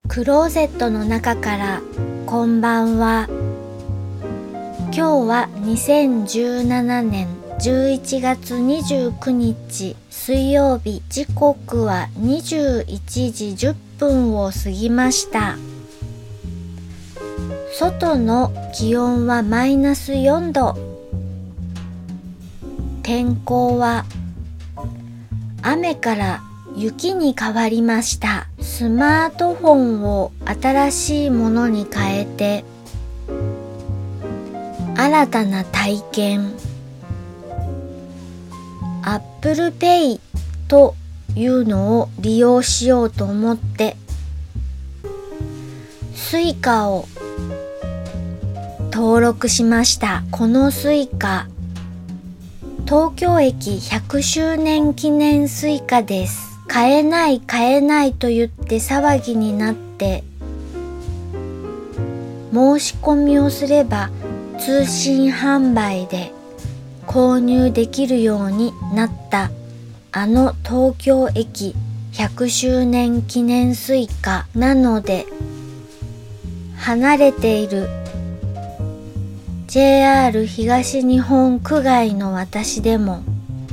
クローゼットの中からこんばんは。今日は2017年11月29日水曜日、時刻は21時10分を過ぎました。外の気温はマイナス4度。天候は雨から雪に変わりました。スマートフォンを新しいものに変えて新たな体験、Apple Pay というのを利用しようと思ってSuicaを登録しました。このSuica、東京駅100周年記念Suicaです。買えないと言って騒ぎになって申し込みをすれば通信販売で購入できるようになったあの東京駅100周年記念Suicaなので、離れている JR 東日本区外の私でも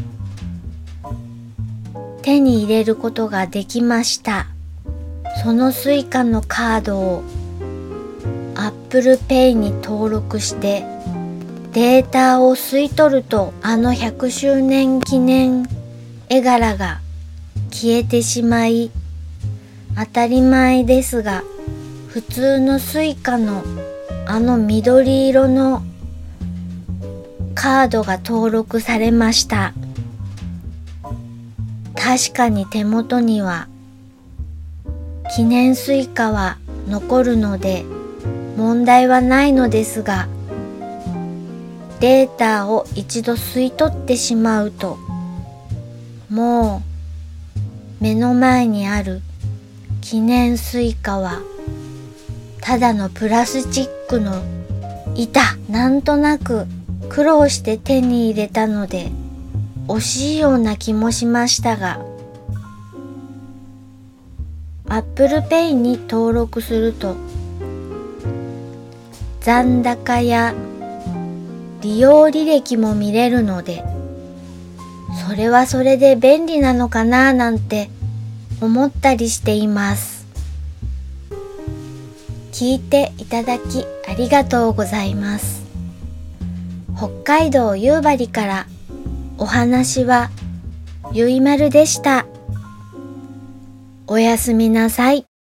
手に入れることができました。そのSuicaのカードを Apple Pay に登録してデータを吸い取ると、あの100周年記念絵柄が消えてしまい、当たり前ですが普通のSuicaのあの緑色のカードが登録されました。確かに手元には記念Suicaは残るので問題はないのですが、データを一度吸い取ってしまうと、もう目の前にある記念Suicaはただのプラスチックの板。なんとなく苦労して手に入れたので惜しいような気もしましたが、Apple Pay に登録すると残高や利用履歴も見れるので、それはそれで便利なのかななんて思ったりしています。聞いていただきありがとうございます。北海道夕張からお話はゆいまるでした。おやすみなさい。